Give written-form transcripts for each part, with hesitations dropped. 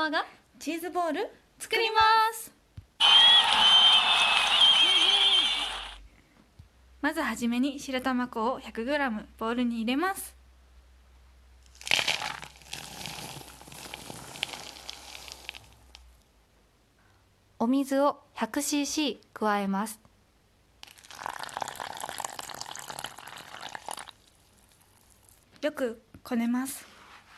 アがチーズボール作ります。まずはじめに白玉粉を 100g ボウルに入れます。お水を 100cc 加えます。よくこねます。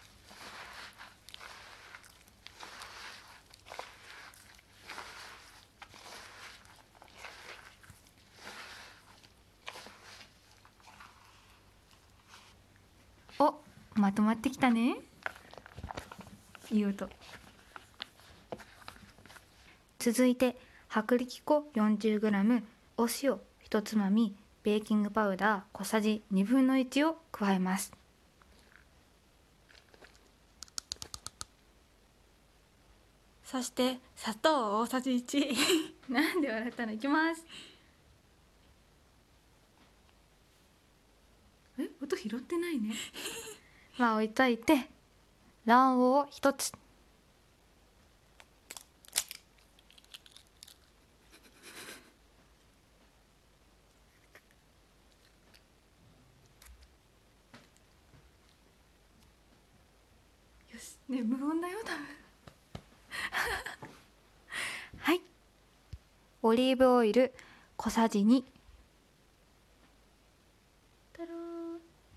お、まとまってきたね。いい音。続いて薄力粉 40g、 お塩1つまみ、ベーキングパウダー小さじ1/2を加えます。そして砂糖大さじ1。なんで笑ったの。いきます。音拾ってないね。まあ置いといて、卵黄1つ。よしね、無音だよ多分。はい、オリーブオイル小さじ2。タロー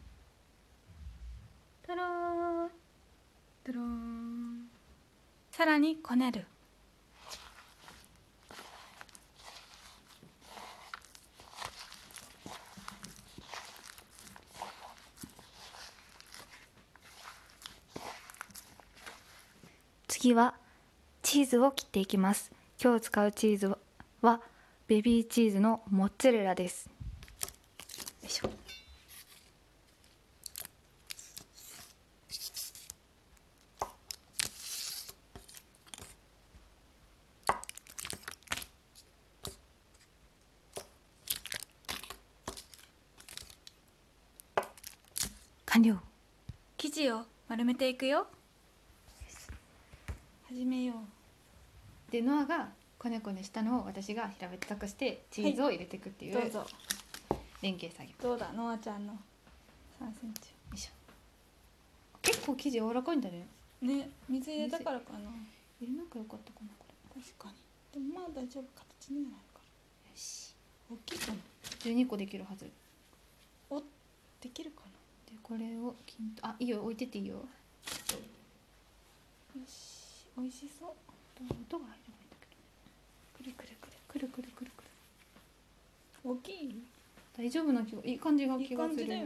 タロータロー。さらにこねる。次はチーズを切っていきます。今日使うチーズはベビーチーズのモッツァレラです。よいしょ。完了。生地を丸めていくよ。始めよう。でノアがこねこねしたのを私が平べったくしてチーズを入れていくっていう、 どうぞ。 連携作業。 どうだ、ノアちゃんの3センチ。 よいしょ。結構生地柔らかいんだね。 ね、水入れたからかな。 入れなくよかったかなこれ。 確かに。でもまあ大丈夫、形にはなるから。 よし。 大きいかな。 12個できるはず。 お、できるかな。 でこれをいいよ、置いてていいよ。 よし、美味しそう。 音が入ればいいんだけどね。くるくるくるくるくるくるくる。 大きい？ 大丈夫な気が、いい感じが気がする。 いい感じだよね。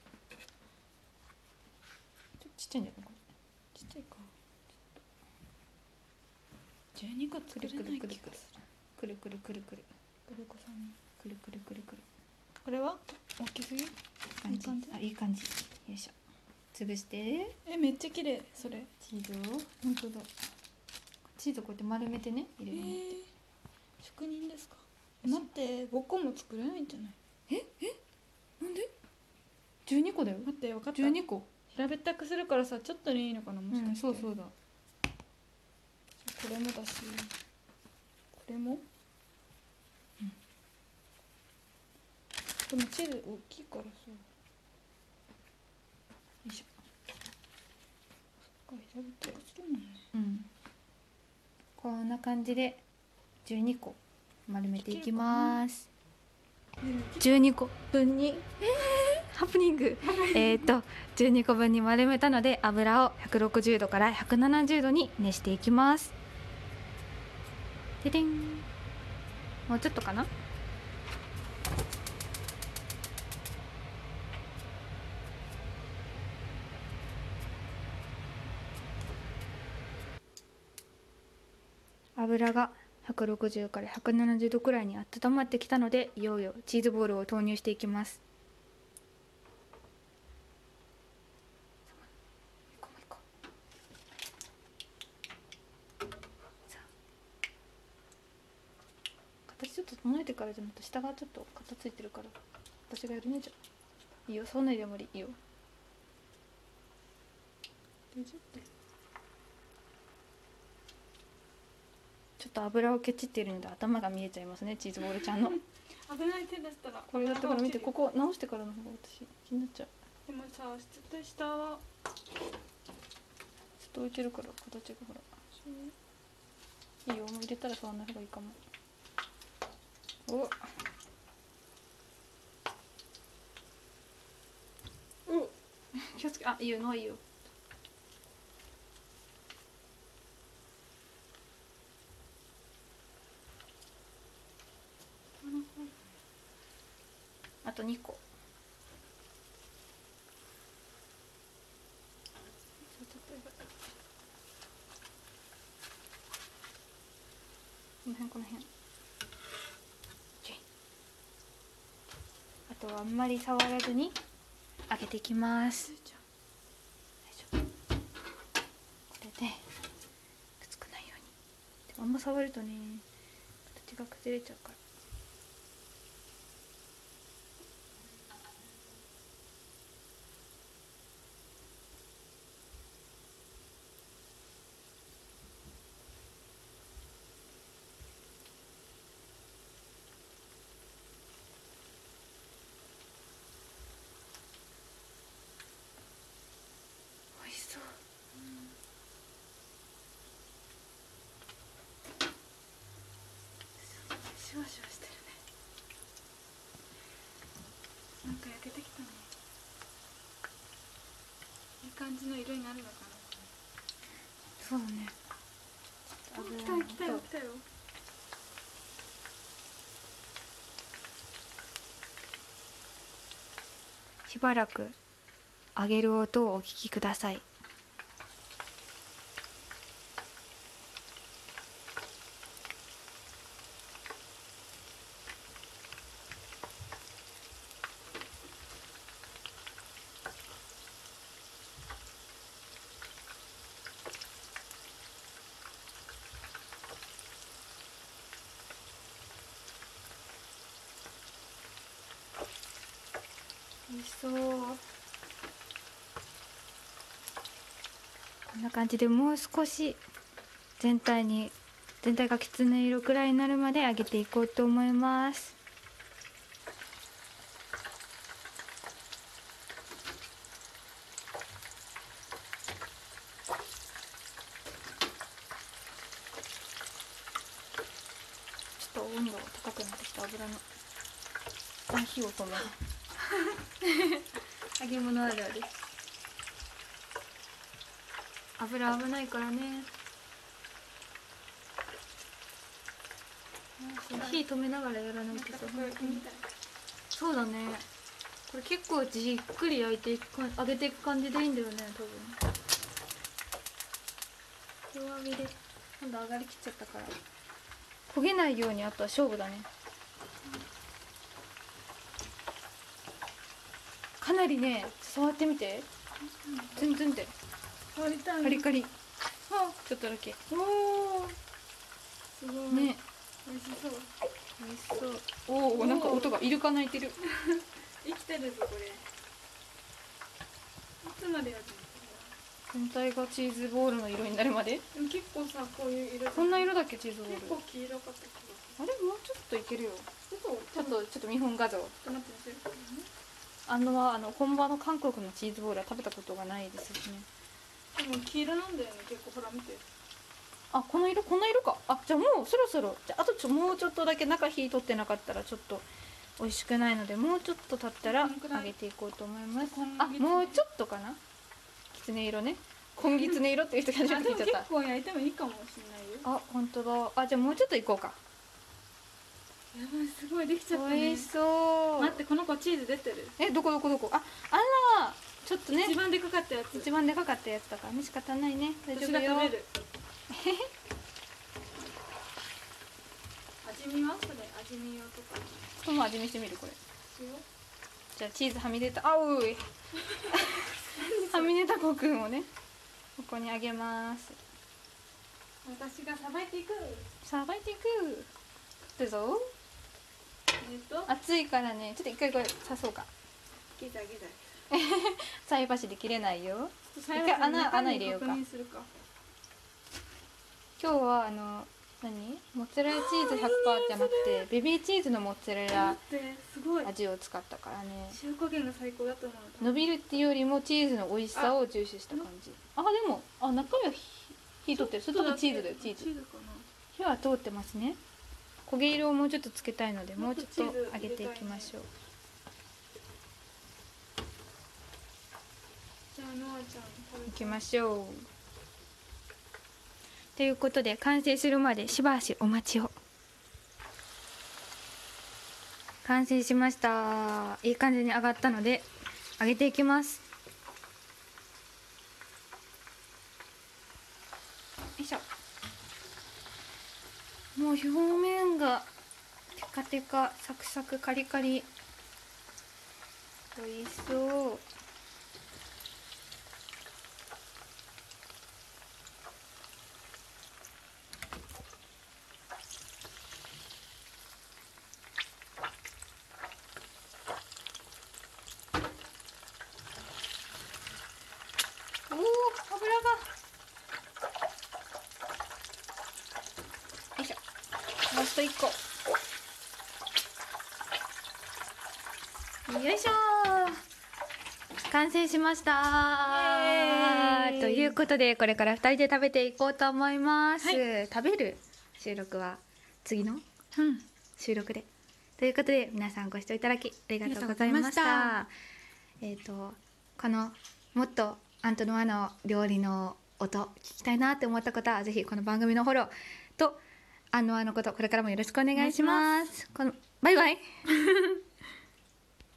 ちょっとちっちゃいんじゃないこれ。 ちっちゃいか。12個作れない気がする。 くるくるくるくるグルコさんに。 くるくるくるくる。 これは大きすぎ？いい感じ。 いい感じ。よいしょ。潰して。 めっちゃ綺麗それ。 チーズを、本当だ。チーズこうやって丸めてね、入れるの。 職人ですか。待って、5個も作れないんじゃない？ なんで？12個だよ。 待って、分かった。 12個。 平べったくするからさ、ちょっとでいいのかな、もしかして。 そうそうだ。 これもだし、これも、でもチーズ大きいからさ。よいしょ。 そっか、平べったくするもんね。 こんな感じで12個丸めていきます。12個分にハプニング12個分に丸めたので、油を160度から170度に熱していきます。ででん。もうちょっとかな。油が160から170度くらいに温まってきたので、いよいよチーズボールを投入していきます。形ちょっと整えてからじゃなくて、下がちょっと型ついてるから私がやるね。じゃあいいよ、そんなにでもいいよ。 大丈夫だよ。 ちょっと油をケチっているので頭が見えちゃいますね、チーズボールちゃんの。 危ない手出したらこれだったから見て、ここ直してからの方が私気になっちゃう。 でもさ絶対下はちょっと置いてるから形がほらいいよ、もう入れたら触んない方がいいかも。お気をつけ、あ、いいよ、いいよ。あと2個。この辺この辺。あとはあんまり触らずに揚げていきます。これでくっつかないように。でもあんま触るとね、形が崩れちゃうから。美味しそう。シュワシュワしてるね。 なんか焼けてきたね。いい感じの色になるのかな。 そうだね。 来たよ来たよ来たよ。 しばらく揚げる音をお聞きください。美味しそう。こんな感じでもう少し全体がきつね色くらいになるまで揚げていこうと思います。ちょっと温度が高くなってきた。油の火を止める揚げ物あるある。油危ないからね。火止めながらやらないとさ。そうだね。これ結構じっくり焼いていく揚げていく感じでいいんだよね、多分。弱火で今度上がりきっちゃったから焦げないように、あとは勝負だね。かなりね、触ってみて。ツンツンって触りたい。 カリカリ。ちょっとだけ。 おお。すごい。 ね、 美味しそう。 美味しそう。おお、なんか音がイルカ鳴いてる。 生きてるぞこれ。いつまでやるの？ 全体がチーズボールの色になるまで。 でも結構さこういう色。 こんな色だっけ、チーズボール。 結構黄色かった気がする。 あれ、もうちょっといけるよ。 ちちょっと見本画像。 ょっと待ってね。 本場の韓国のチーズボールは食べたことがないですしね。 でも黄色なんだよね、結構。ほら見て。 あ、この色か。あ、じゃあもうそろそろ、じゃああともうちょっとだけ中火取ってなかったらちょっと美味しくないので、もうちょっと経ったら揚げていこうと思います。あ、もうちょっとかな。きつね色ね。金ぎつね色っていう人が初めて聞いちゃった。 結構焼いてもいいかもしれないよ。 あ、本当だ。あ、じゃあもうちょっといこうか。 やばい、すごいできちゃったね。 美味しそう。 待って、この子チーズ出てる。 どこ。あら、ちょっとね、 一番でかかったやつ。 一番でかかったやつだからね、仕方ないね。大丈夫よ。 私が食べる。味見はそれ、味見用とか。 もう味見してみるこれ。 しよう。 じゃあチーズはみ出た。あうい。はみ出たコくんをね、ここにあげます。 私がさばいていく。 さばいていく。どうぞ。 熱熱いからね、ちょっと一回これ刺そうか。 ギザギザ。 菜箸で切れないよ。 一回穴入れようか。 確認するか。 今日は何モッツァレラチーズ100%じゃなくてベビーチーズのモッツァレラってすごい味を使ったからね。 塩加減が最高だと思う。 伸びるっていうよりもチーズの美味しさを重視した感じ。あでも中身は火通ってる。それ多分チーズだよ。チーズチーズかな。 火は通ってますね。焦げ色をもうちょっとつけたいのでもうちょっともっとチーズ揚げていきましょう。 じゃあノアちゃん食べいきましょう。ということで完成するまでしばしお待ちを。完成しました。いい感じに揚がったので揚げていきます。よいしょ。もう表面がテカテカサクサクカリカリ、美味しそう。おお、油が。よいしょ。ラスト1個。よいしょ。完成しました。ということでこれから2人で食べていこうと思います。食べる収録は次の収録で。ということで皆さんご視聴いただきありがとうございました。このもっとアントノワの料理の音聞きたいなって思った方はぜひこの番組のフォローとアンノワのことこれからもよろしくお願いします。バイバイ